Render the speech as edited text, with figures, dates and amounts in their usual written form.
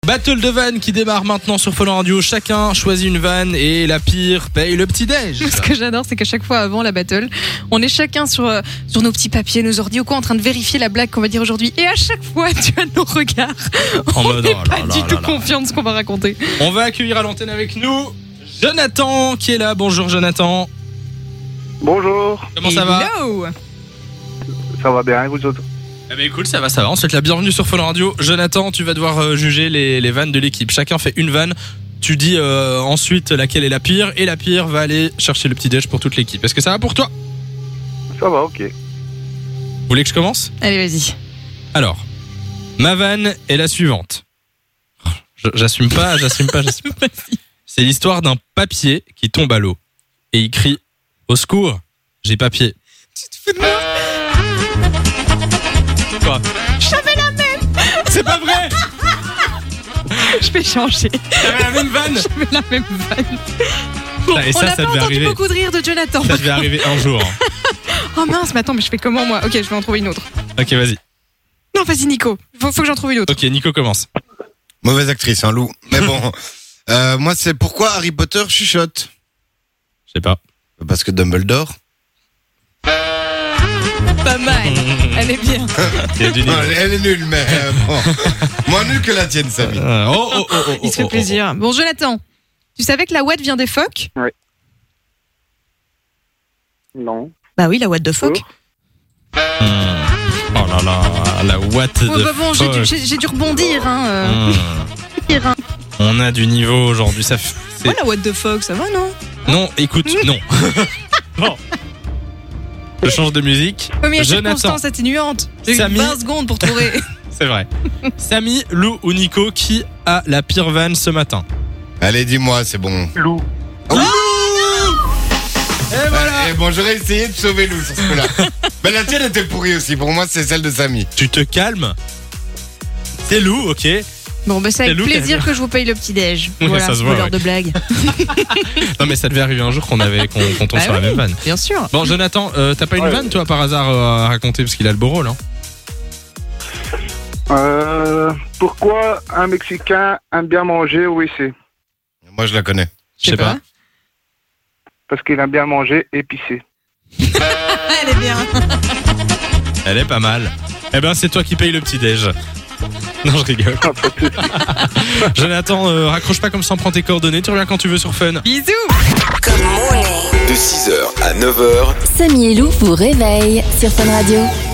Battle de vannes qui démarre maintenant sur Fun Radio. Chacun choisit une vanne et la pire paye le petit-déj. Ce que j'adore, c'est qu'à chaque fois avant la battle, on est chacun sur nos petits papiers, nos ordi ou quoi, en train de vérifier la blague qu'on va dire aujourd'hui. Et à chaque fois, tu as nos regards. On n'est pas du tout confiant de ce qu'on va raconter. On va accueillir à l'antenne avec nous Jonathan qui est là. Bonjour Jonathan. Bonjour. Comment ça va? Ça va bien et vous autres? Eh ben écoute, ça va. On te souhaite la bienvenue sur Fun Radio. Jonathan, tu vas devoir juger les vannes de l'équipe. Chacun fait une vanne. Tu dis ensuite laquelle est la pire. Et la pire va aller chercher le petit-déj pour toute l'équipe. Est-ce que ça va pour toi? Ça va, ok. Vous voulez que je commence? Allez, vas-y. Alors, ma vanne est la suivante. J'assume pas. C'est l'histoire d'un papier qui tombe à l'eau. Et il crie « Au secours, j'ai papier ». Tu te fous de moi? Quoi? J'avais la même. C'est pas vrai. Je vais changer. T'avais la même vanne. J'avais la même vanne. Bon, et ça, on n'a ça pas devait entendu arriver. beaucoup de rire de Jonathan. Ça devait arriver un jour. Oh mince, mais attends, mais je fais comment moi? Ok, je vais en trouver une autre. Ok, vas-y. Non, vas-y Nico. Faut que j'en trouve une autre. Ok, Nico commence. Mauvaise actrice, hein, Lou. Mais bon, moi, c'est pourquoi Harry Potter chuchote? Je sais pas. Parce que Dumbledore. Pas mal. Elle est bien. Elle est nulle, mais bon. Moins nulle que la tienne, Samy. Il se fait plaisir. Bon, Jonathan, tu savais que la ouate vient des phoques? Oui. Non. Bah oui, la ouate de phoque. Oh là là, la ouate Oh, de bah bon, phoque. j'ai dû rebondir. Hein. On a du niveau aujourd'hui. Ça c'est... Ouais, la ouate de phoque, ça va, non? Non, écoute, non. Bon. Je change de musique. Oui, mais il y a Jonathan. circonstance atténuante. J'ai eu Samy. 20 secondes pour trouver. C'est vrai. Samy, Lou ou Nico, qui a la pire vanne ce matin? Allez, dis-moi, c'est bon. Lou. Oh, Et voilà. bon, j'aurais essayé de sauver Lou sur ce coup-là. Mais la tienne était pourrie aussi. Pour moi, c'est celle de Samy. Tu te calmes. C'est Lou, ok. Bon, bah c'est avec Lou, plaisir que je vous paye le petit-déj. Oui, Voilà, ça se voit, voleur ouais. de blague. Non mais ça devait arriver un jour qu'on tombe sur la même vanne. Bien sûr. Bon Jonathan, t'as pas une vanne toi par hasard à raconter parce qu'il a le beau rôle hein? Pourquoi un Mexicain aime bien manger au WC? Moi, je la connais. Je sais pas. Parce qu'il aime bien manger épicé. Elle est bien. Elle est pas mal. Eh ben c'est toi qui paye le petit déj. Non je rigole. Jonathan, raccroche pas comme ça, prends tes coordonnées, tu reviens quand tu veux sur Fun. Bisous. De 6h à 9h, Samy et Lou vous réveille sur Fun Radio.